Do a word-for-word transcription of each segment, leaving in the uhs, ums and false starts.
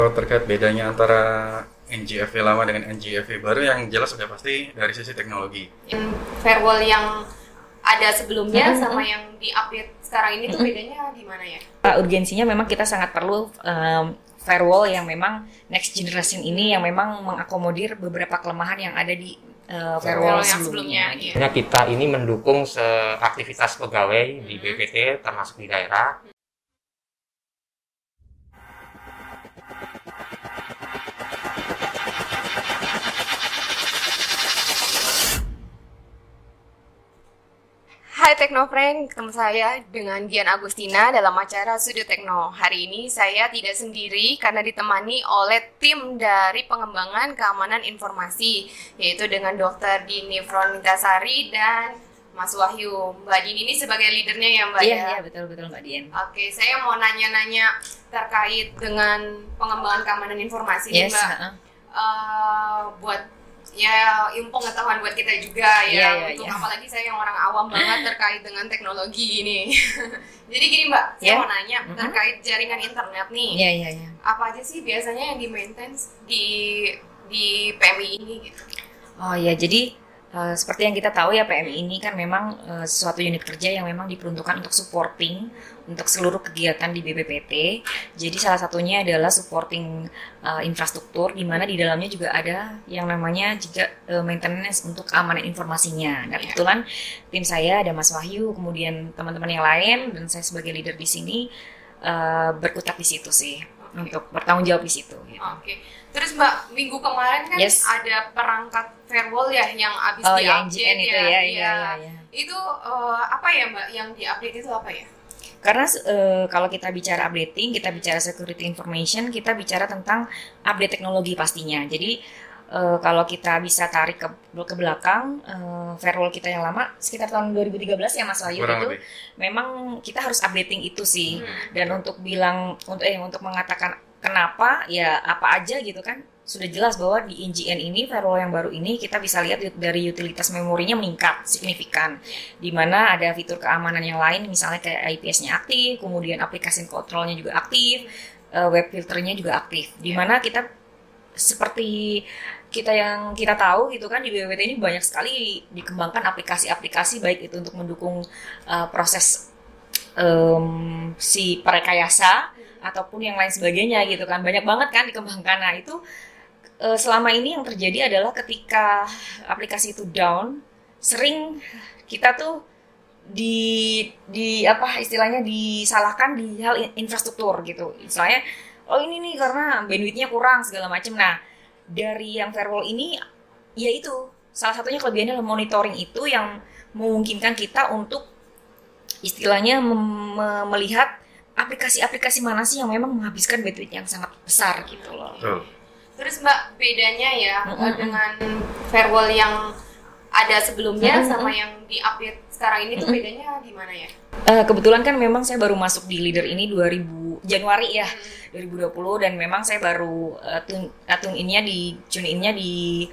Terkait bedanya antara N G F W lama dengan N G F W baru, yang jelas sudah pasti dari sisi teknologi. Yang firewall yang ada sebelumnya Mm-hmm. sama yang di-update sekarang ini tuh bedanya gimana ya? Uh, urgensinya memang kita sangat perlu um, firewall yang memang next generation ini yang memang mengakomodir beberapa kelemahan yang ada di uh, firewall Firewall yang sebelumnya. sebelumnya, iya. Karena kita ini mendukung se- aktivitas pegawai di B P T termasuk di daerah. Hai Teknofriend, ketemu saya dengan Dian Agustina dalam acara Sudut Tekno. Hari ini saya tidak sendiri karena ditemani oleh tim dari pengembangan keamanan informasi, yaitu dengan Dokter Dini Fronitasari dan Mas Wahyu. Mbak Dini ini sebagai leadernya ya Mbak Iya, ya? iya betul-betul Mbak Dian. Oke, saya mau nanya-nanya terkait dengan pengembangan keamanan informasi nih Yes, Mbak. uh-uh. Eh, buat ya ilmu pengetahuan buat kita juga ya, Iya, iya, untuk iya. apalagi saya yang orang awam banget terkait dengan teknologi ini. Jadi gini Mbak, saya Iya. mau nanya Mhm. terkait jaringan internet nih. Iya, iya, iya. Apa aja sih biasanya yang di maintain di di P M I ini gitu? Oh ya, jadi uh, seperti yang kita tahu ya P M I ini kan memang uh, suatu unit kerja yang memang diperuntukkan untuk supporting untuk seluruh kegiatan di B P P T. Jadi salah satunya adalah supporting uh, infrastruktur, di mana di dalamnya juga ada yang namanya juga uh, maintenance untuk keamanan informasinya. Nah kebetulan tim saya ada Mas Wahyu, kemudian teman-teman yang lain, dan saya sebagai leader di sini uh, berkutat di situ sih untuk bertanggung jawab di situ. Gitu. Oke. Terus Mbak, minggu kemarin kan Yes. ada perangkat firewall ya yang habis Oh ya, N G di-update N itu ya. ya, iya, Iya. iya, iya. Itu eh, apa ya Mbak yang di-update itu apa ya? Karena uh, kalau kita bicara updating, kita bicara security information, kita bicara tentang update teknologi pastinya. Jadi uh, kalau kita bisa tarik ke, ke belakang, uh, firewall kita yang lama sekitar tahun dua ribu tiga belas ya Mas Wahyu, Kurang itu lebih. memang kita harus updating itu sih. Hmm. Dan untuk bilang untuk eh untuk mengatakan kenapa ya apa aja gitu kan, sudah jelas bahwa di N G N ini firewall yang baru ini kita bisa lihat dari utilitas memorinya meningkat signifikan, di mana ada fitur keamanan yang lain misalnya kayak I P S-nya aktif, kemudian aplikasi kontrolnya juga aktif, uh, web filternya juga aktif, di mana kita seperti kita yang kita tahu gitu kan, di B P P T ini banyak sekali dikembangkan aplikasi-aplikasi baik itu untuk mendukung uh, proses um, si perekayasa ataupun yang lain sebagainya gitu kan, banyak banget kan dikembangkan. Nah itu uh, selama ini yang terjadi adalah ketika aplikasi itu down, sering kita tuh di di apa istilahnya disalahkan di hal in- infrastruktur gitu. Misalnya oh ini nih karena bandwidthnya kurang segala macam. Nah dari yang firewall ini yaitu salah satunya kelebihannya adalah monitoring itu yang memungkinkan kita untuk istilahnya mem- me- melihat aplikasi-aplikasi mana sih yang memang menghabiskan bandwidth yang sangat besar gitu loh. Betul. Terus Mbak, bedanya ya Mm-mm. eh, dengan firewall yang ada sebelumnya Mm-mm. sama yang di-update sekarang ini tuh Mm-mm. bedanya gimana ya? Eh, kebetulan kan memang saya baru masuk di leader ini dua ribu Januari ya, Hmm. dua ribu dua puluh, dan memang saya baru uh, tune, uh, tune in-nya di tune in-nya di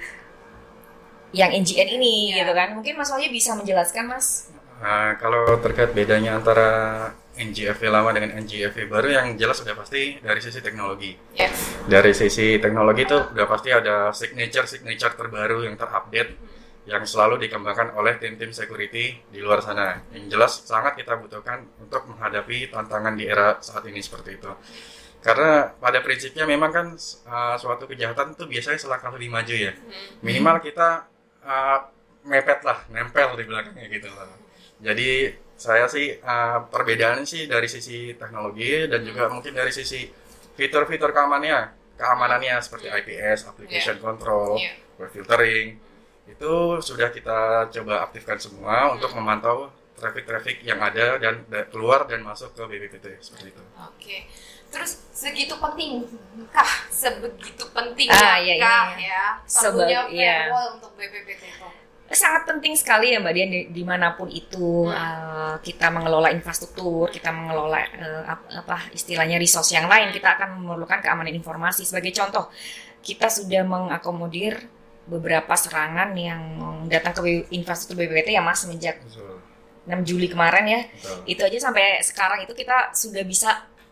yang N G N ini Iya. gitu kan. Mungkin Mas Wahyu bisa menjelaskan Mas. Nah, kalau terkait bedanya antara N G F W lama dengan N G F W baru, yang jelas sudah pasti dari sisi teknologi. Ya. Dari sisi teknologi itu sudah pasti ada signature-signature terbaru yang terupdate, yang selalu dikembangkan oleh tim-tim security di luar sana. Yang jelas sangat kita butuhkan untuk menghadapi tantangan di era saat ini seperti itu. Karena pada prinsipnya memang kan uh, suatu kejahatan itu biasanya selangkah lebih maju ya. Minimal kita uh, mepet lah, nempel di belakangnya gitu loh. Jadi saya sih uh, perbedaannya sih dari sisi teknologi dan juga mungkin dari sisi fitur-fitur keamanannya, keamanannya seperti I P S, application control, Yeah. web filtering. Itu sudah kita coba aktifkan semua untuk memantau traffic-traffic yang ada dan da- keluar dan masuk ke B P P T seperti itu. Oke. Terus segitu pentingkah, sebegitu penting Ah, iya, iya, kah iya. ya Seba- perlunya iya. firewall untuk B P P T itu? Sangat penting sekali ya Mbak Dian, di- dimanapun itu Hmm. uh, kita mengelola infrastruktur, kita mengelola uh, ap- apa istilahnya resource yang lain, kita akan memerlukan keamanan informasi. Sebagai contoh, kita sudah mengakomodir beberapa serangan yang datang ke B- infrastruktur B P P T ya Mas, semenjak Betul. enam Juli kemarin ya. Betul. Itu aja sampai sekarang itu kita sudah bisa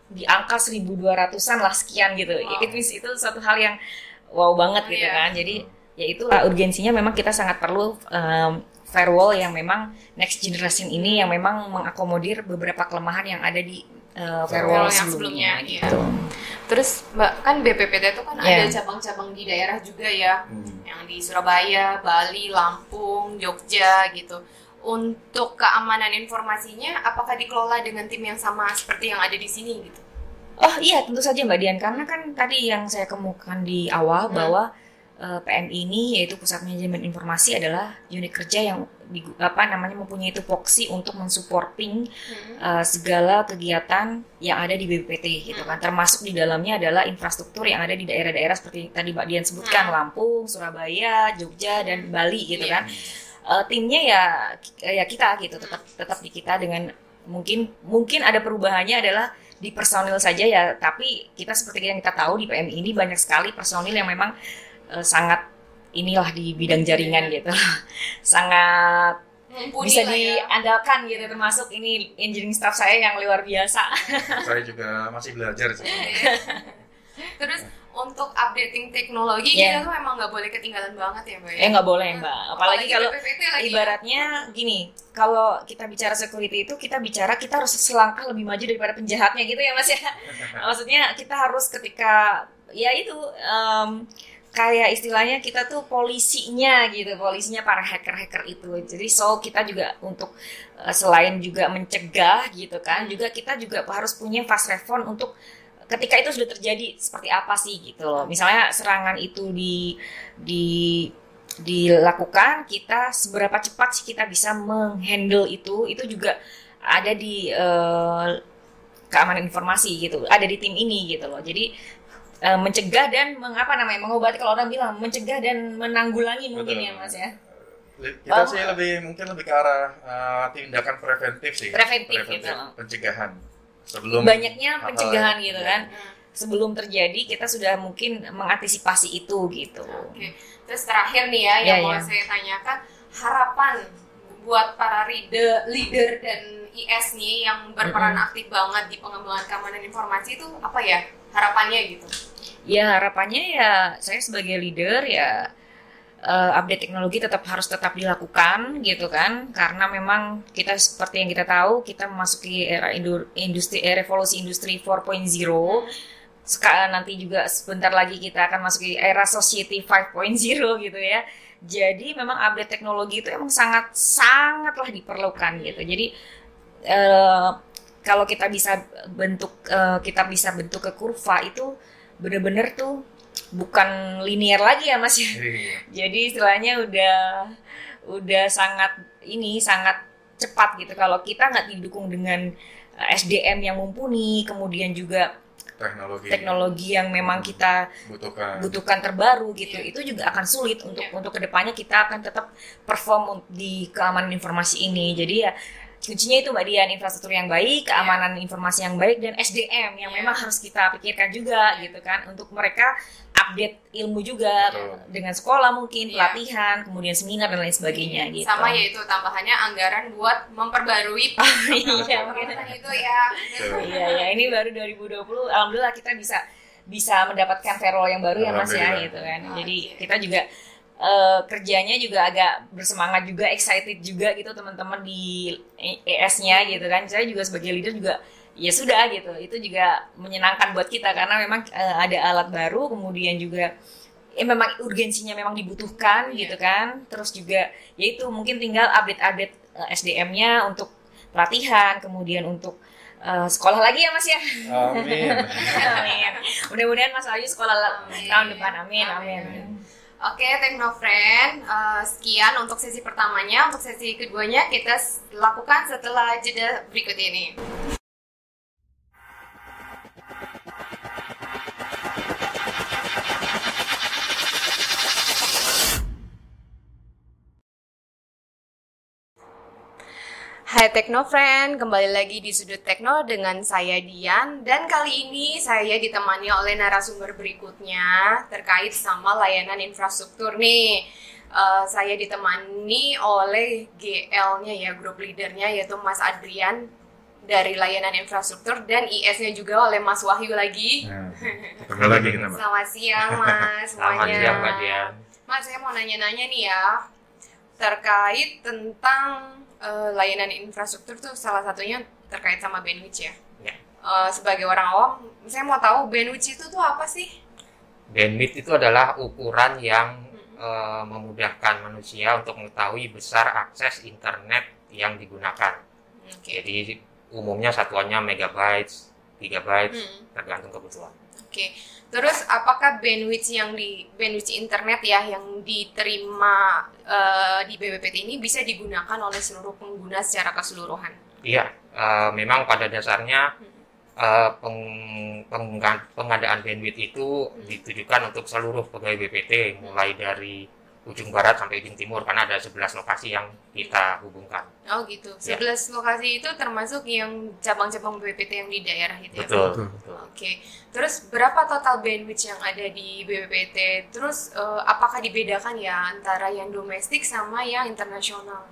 di angka seribu dua ratusan lah sekian gitu. Wow. It means itu suatu hal yang wow banget Oh, gitu iya. kan. Jadi ya itulah urgensinya, memang kita sangat perlu um, firewall yang memang next generation ini yang memang mengakomodir beberapa kelemahan yang ada di uh, firewall Firewall yang sebelumnya, sebelumnya, gitu. Terus Mbak, kan B P P T itu kan Iya. ada cabang-cabang di daerah juga ya, Hmm. yang di Surabaya, Bali, Lampung, Jogja gitu. Untuk keamanan informasinya, apakah dikelola dengan tim yang sama seperti yang ada di sini gitu? Oh iya, tentu saja Mbak Dian, karena kan tadi yang saya kemukakan di awal Hmm. bahwa uh, P M I ini, yaitu Pusat Manajemen Informasi, adalah unit kerja yang di, apa namanya mempunyai tupoksi untuk mensupporting uh, segala kegiatan yang ada di B P P T gitu kan. Termasuk di dalamnya adalah infrastruktur yang ada di daerah-daerah seperti tadi Mbak Dian sebutkan, Hmm. Lampung, Surabaya, Jogja, dan Bali gitu Iya. kan. Uh, timnya ya ya kita gitu, tetap tetap di kita, dengan mungkin mungkin ada perubahannya adalah di personil saja ya, tapi kita seperti yang kita tahu di P M I ini banyak sekali personil yang memang uh, sangat inilah di bidang jaringan gitu. Sangat Mumpuni bisa lah ya. diandalkan gitu, termasuk ini engineering staff saya yang luar biasa. Saya juga masih belajar sih. Terus untuk updating teknologi Yeah. kita tuh memang nggak boleh ketinggalan banget ya Mbak ya? Eh nggak boleh Mbak, apalagi kalau B P P T lagi ya. ibaratnya gini, kalau kita bicara security itu kita bicara kita harus selangkah lebih maju daripada penjahatnya gitu ya Mas ya. Maksudnya kita harus ketika ya itu em, kayak istilahnya kita tuh polisinya gitu, polisinya para hacker-hacker itu. Jadi so kita juga untuk eh, selain juga mencegah gitu kan, juga kita juga harus punya fast response untuk ketika itu sudah terjadi seperti apa sih gitu loh. Misalnya serangan itu di di dilakukan, kita seberapa cepat sih kita bisa menghandle itu, itu juga ada di eh, keamanan informasi gitu, ada di tim ini gitu loh. Jadi eh, mencegah dan mengapa namanya mengobati, kalau orang bilang mencegah dan menanggulangi mungkin Betul. ya Mas ya. Kita Oh. sih lebih mungkin lebih ke arah uh, tindakan preventif sih. Preventif gitu. Pencegahan. Sebelum Banyaknya hal-hal pencegahan yang- gitu kan. Sebelum terjadi kita sudah mungkin mengantisipasi itu gitu. Oke. Terus terakhir nih ya, Iya, yang mau iya. saya tanyakan, harapan buat para leader, leader dan I S nih yang berperan Mm-mm. aktif banget di pengembangan keamanan informasi itu apa ya harapannya gitu? Ya harapannya ya saya sebagai leader ya eh, update teknologi tetap harus tetap dilakukan gitu kan, karena memang kita seperti yang kita tahu kita memasuki era indu- industri eh, revolusi industri empat titik nol. Sekarang nanti juga sebentar lagi kita akan masuki era society lima titik nol gitu ya. Jadi memang update teknologi itu emang sangat sangatlah diperlukan gitu. Jadi eh, kalau kita bisa bentuk eh, kita bisa bentuk ke kurva itu bener-bener tuh bukan linear lagi ya Mas ya. Iya. Jadi istilahnya udah udah sangat ini sangat cepat gitu. Kalau kita nggak didukung dengan eh, S D M yang mumpuni, kemudian juga Teknologi. teknologi yang memang kita butuhkan. butuhkan terbaru gitu, itu juga akan sulit untuk Iya. untuk kedepannya kita akan tetap perform di keamanan informasi ini. Jadi ya kuncinya itu Mbak Dian, infrastruktur yang baik, keamanan informasi yang baik, dan S D M yang Iya. memang harus kita pikirkan juga gitu kan, untuk mereka update ilmu juga. Betul. Dengan sekolah mungkin, Iya. pelatihan, kemudian seminar dan lain sebagainya gitu. Sama yaitu tambahannya anggaran buat memperbarui Iya, mungkin. pengetahuan itu ya. Betul. Iya ya, ini baru dua ribu dua puluh, alhamdulillah kita bisa bisa mendapatkan firewall yang baru ya Mas ya Alhamdulillah. gitu kan. Oke. Jadi kita juga eh, kerjanya juga agak bersemangat juga, excited juga gitu teman-teman di E S-nya gitu kan. Saya juga sebagai leader juga ya sudah gitu. Itu juga menyenangkan buat kita karena memang eh, ada alat baru, kemudian juga eh, memang urgensinya memang dibutuhkan Iya. gitu kan. Terus juga yaitu mungkin tinggal update-update eh, S D M-nya untuk pelatihan, kemudian untuk eh, sekolah lagi ya Mas ya. Amin. Amin. Mudah-mudahan Mas Ayu sekolah la- Amin. tahun depan. Amin, amin. Amin. Oke, Teknofriend, eh, sekian untuk sesi pertamanya. Untuk sesi keduanya kita s- lakukan setelah jeda berikut ini. Hai Teknofriend, kembali lagi di Sudut Tekno dengan saya Dian. Dan kali ini saya ditemani oleh narasumber berikutnya terkait sama layanan infrastruktur nih. Eh, saya ditemani oleh G L-nya ya, grup leadernya yaitu Mas Adrian dari layanan infrastruktur dan I S-nya juga oleh Mas Wahyu lagi. Nah, ketemu lagi kita, Mbak. Selamat siang Mas Selamat semuanya. siang Mbak Dian. Mas, saya mau nanya-nanya nih ya terkait tentang uh, layanan infrastruktur tuh salah satunya terkait sama bandwidth ya. Ya. Uh, sebagai orang awam, saya mau tahu bandwidth itu tuh apa sih? Bandwidth itu adalah ukuran yang eh, memudahkan manusia untuk mengetahui besar akses internet yang digunakan. Oke. Jadi umumnya satuannya megabytes, gigabytes, Hmm. tergantung kebutuhan. Oke. Terus apakah bandwidth yang di bandwidth internet ya yang diterima uh, di B B P T ini bisa digunakan oleh seluruh pengguna secara keseluruhan? Iya, eh, memang pada dasarnya eh, peng- pengga- pengadaan bandwidth itu ditujukan untuk seluruh pegawai B P T, mulai dari ujung barat sampai ujung timur, karena ada sebelas lokasi yang kita hubungkan. Oh gitu. Ya. sebelas lokasi itu termasuk yang cabang-cabang B B P T yang di daerah itu ya? Betul. Betul. betul. Oke, terus berapa total bandwidth yang ada di B B P T? Terus eh, apakah dibedakan ya antara yang domestik sama yang internasional?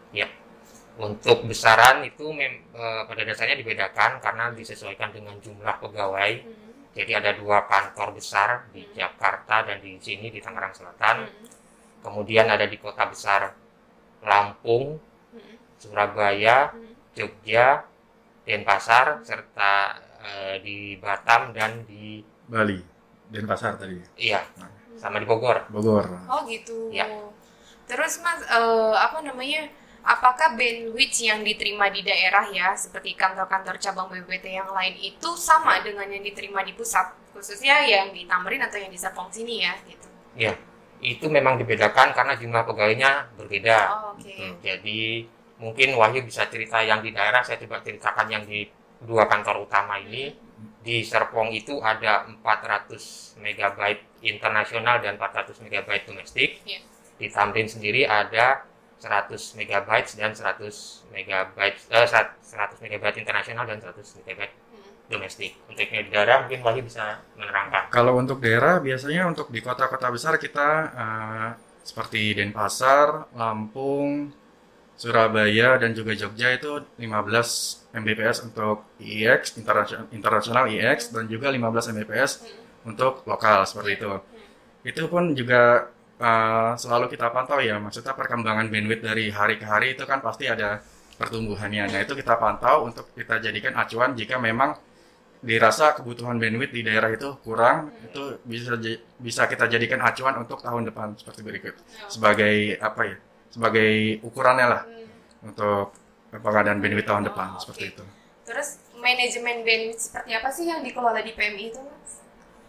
Untuk besaran itu mem- eh, pada dasarnya dibedakan karena disesuaikan dengan jumlah pegawai. Hmm. Jadi ada dua kantor besar di Jakarta dan di sini di Tangerang Selatan. Hmm. Kemudian ada di kota besar Lampung, Hmm. Surabaya, Hmm. Jogja, Denpasar, serta eh, di Batam dan di Bali, Denpasar tadi, iya sama di Bogor. Bogor. Oh gitu. Ya. Terus mas, eh, apa namanya? Apakah bandwidth yang diterima di daerah ya, seperti kantor-kantor cabang B B P T yang lain itu sama dengan yang diterima di pusat, khususnya yang di Tamrin atau yang di Serpong sini ya, gitu? Iya, itu memang dibedakan karena jumlah pegawainya berbeda. Oh, oke. Hmm, Jadi mungkin Wahyu bisa cerita yang di daerah, saya coba ceritakan yang di dua kantor utama ini. Di Serpong itu ada empat ratus megabyte internasional dan empat ratus megabyte domestik. Iya. Di Tamrin sendiri ada seratus megabyte dan seratus megabyte eh, seratus megabyte internasional dan seratus megabyte Hmm. domestik. Untuk yang di daerah mungkin Wahyu bisa menerangkan. Kalau untuk daerah, biasanya untuk di kota-kota besar kita eh, seperti Denpasar, Lampung, Surabaya, dan juga Jogja itu lima belas Mbps untuk I X, internasional, internasional I X, dan juga lima belas Mbps untuk lokal, seperti itu. Itu pun juga eh, selalu kita pantau ya, maksudnya perkembangan bandwidth dari hari ke hari itu kan pasti ada pertumbuhannya. Nah, itu kita pantau untuk kita jadikan acuan jika memang dirasa kebutuhan bandwidth di daerah itu kurang, itu bisa j- bisa kita jadikan acuan untuk tahun depan seperti berikut. Sebagai apa ya? Sebagai ukurannya lah Hmm. untuk pengadaan bandwidth tahun Oh, depan oke. seperti itu. Terus manajemen bandwidth seperti apa sih yang dikelola di P M I itu, Mas?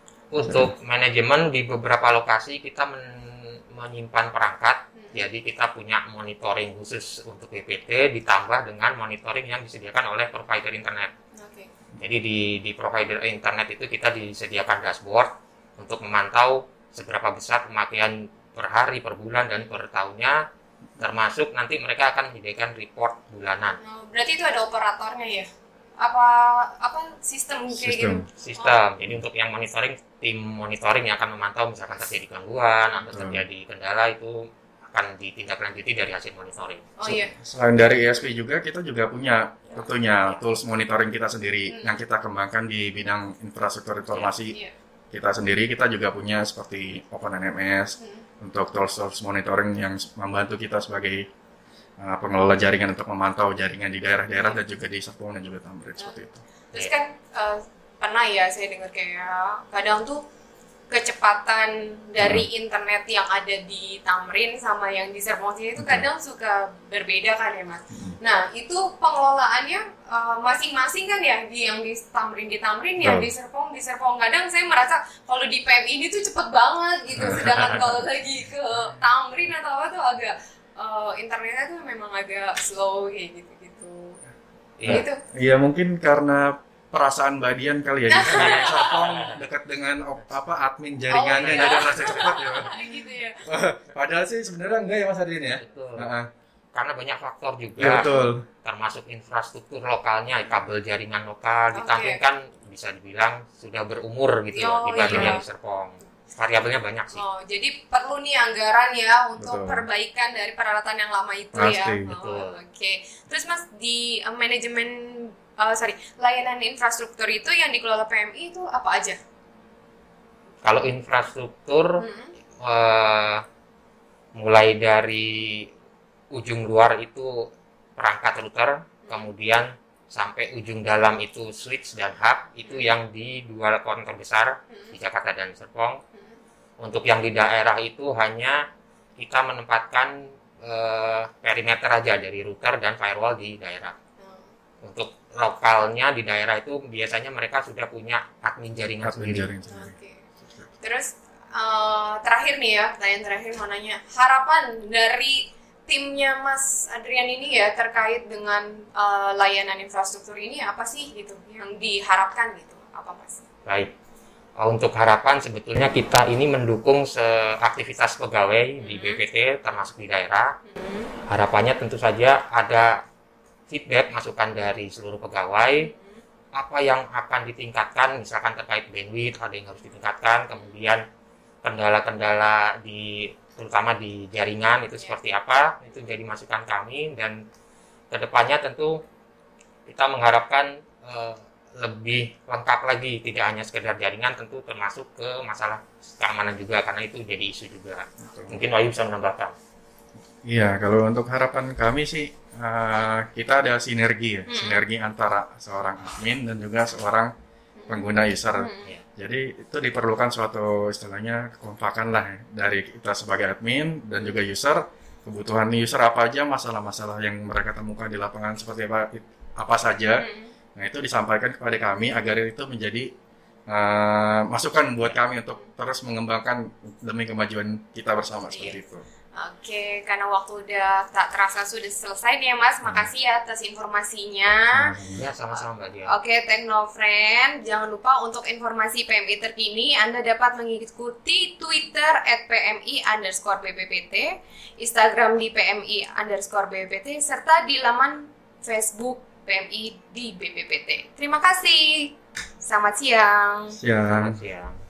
Untuk manajemen di beberapa lokasi kita men- menyimpan perangkat, Hmm. jadi kita punya monitoring khusus untuk B P T ditambah dengan monitoring yang disediakan oleh provider internet. Oke. Jadi di, di provider internet itu kita disediakan dashboard untuk memantau seberapa besar pemakaian per hari, per bulan, dan per tahunnya, termasuk nanti mereka akan menyediakan report bulanan. Nah, berarti itu ada operatornya ya? Apa apa sistem kayak Sistem. gitu? Sistem. Jadi untuk yang monitoring, tim monitoring yang akan memantau misalkan terjadi gangguan atau Betul. terjadi kendala, itu akan ditindaklanjuti dari hasil monitoring. Oh iya. Selain dari I S P juga, kita juga punya tentunya tools monitoring kita sendiri yang kita kembangkan di bidang infrastruktur informasi Iya. kita sendiri. Kita juga punya seperti OpenNMS Hmm. untuk tools-tools monitoring yang membantu kita sebagai uh, pengelola jaringan untuk memantau jaringan di daerah-daerah dan juga di Serpong dan juga Tamrin seperti itu. Terus Iya. kan eh, pernah ya saya dengar kayak kadang tuh kecepatan dari internet yang ada di Tamrin sama yang di Serpong sini itu kadang suka berbeda kan ya Mas. Nah itu pengelolaannya eh, masing-masing kan ya, di yang di Tamrin di Tamrin, yang di Serpong di Serpong. Kadang saya merasa kalau di P M I ini tuh cepet banget gitu, sedangkan kalau lagi ke Tamrin atau apa tuh agak eh, internetnya tuh memang agak slow kayak gitu-gitu. Iya. Gitu. Iya, mungkin karena perasaan Mbak Dian kali ya, di Serpong dekat dengan op- apa admin jaringannya, Oh, iya. jadi merasa cepat ya. gitu ya. Padahal sih sebenarnya enggak ya Mas Adin ya. Betul. Heeh. Karena banyak faktor juga, Ya, betul. termasuk infrastruktur lokalnya, kabel jaringan lokal di Oke. Tamrin kan bisa dibilang sudah berumur gitu ya, Oh, dibanding iya. yang di Serpong. Variabelnya banyak sih. Oh, jadi perlu nih anggaran ya untuk Betul. perbaikan dari peralatan yang lama itu Pasti, ya. Oh, betul. Oke. Terus Mas di uh, manajemen uh, sorry, layanan infrastruktur itu yang dikelola P M I itu apa aja? Kalau infrastruktur Hmm. eh, mulai dari ujung luar itu perangkat router, kemudian sampai ujung dalam itu switch dan hub, itu yang di dua konter besar di Jakarta dan Serpong. Untuk yang di daerah itu hanya kita menempatkan eh, perimeter aja dari router dan firewall di daerah. Untuk lokalnya di daerah itu biasanya mereka sudah punya admin jaringan Admin sendiri. jaring sendiri. Oke. Terus uh, terakhir nih ya, pertanyaan terakhir mau nanya, harapan dari timnya Mas Adrian ini ya terkait dengan uh, layanan infrastruktur ini apa sih gitu yang diharapkan gitu, apa Mas? Baik. Untuk harapan sebetulnya kita ini mendukung aktivitas pegawai di B P T termasuk di daerah. Harapannya tentu saja ada feedback masukan dari seluruh pegawai, apa yang akan ditingkatkan, misalkan terkait bandwidth ada yang harus ditingkatkan, kemudian kendala-kendala di terutama di jaringan itu seperti apa, itu jadi masukan kami. Dan kedepannya tentu kita mengharapkan eh, lebih lengkap lagi, tidak hanya sekedar jaringan, tentu termasuk ke masalah keamanan juga, karena itu jadi isu juga. Mungkin Wahyu bisa menambahkan. Iya, kalau untuk harapan kami sih uh, kita ada sinergi ya, Hmm. sinergi antara seorang admin dan juga seorang pengguna user. Hmm. Jadi itu diperlukan suatu istilahnya kekompakan lah ya, dari kita sebagai admin dan juga user, kebutuhan user apa aja, masalah-masalah yang mereka temukan di lapangan seperti apa, apa saja. Hmm. Nah itu disampaikan kepada kami agar itu menjadi uh, masukan buat kami untuk terus mengembangkan demi kemajuan kita bersama seperti itu. Oke, karena waktu udah tak terasa sudah selesai nih ya Mas. Makasih ya atas informasinya. Ya, sama-sama Mbak Dia. Oke, Teknofriend, jangan lupa untuk informasi P M I terkini Anda dapat mengikuti Twitter at pmi underscore bppt, Instagram di pmi underscore bppt, serta di laman Facebook P M I di B P P T. Terima kasih. Selamat siang. Siang. Selamat siang.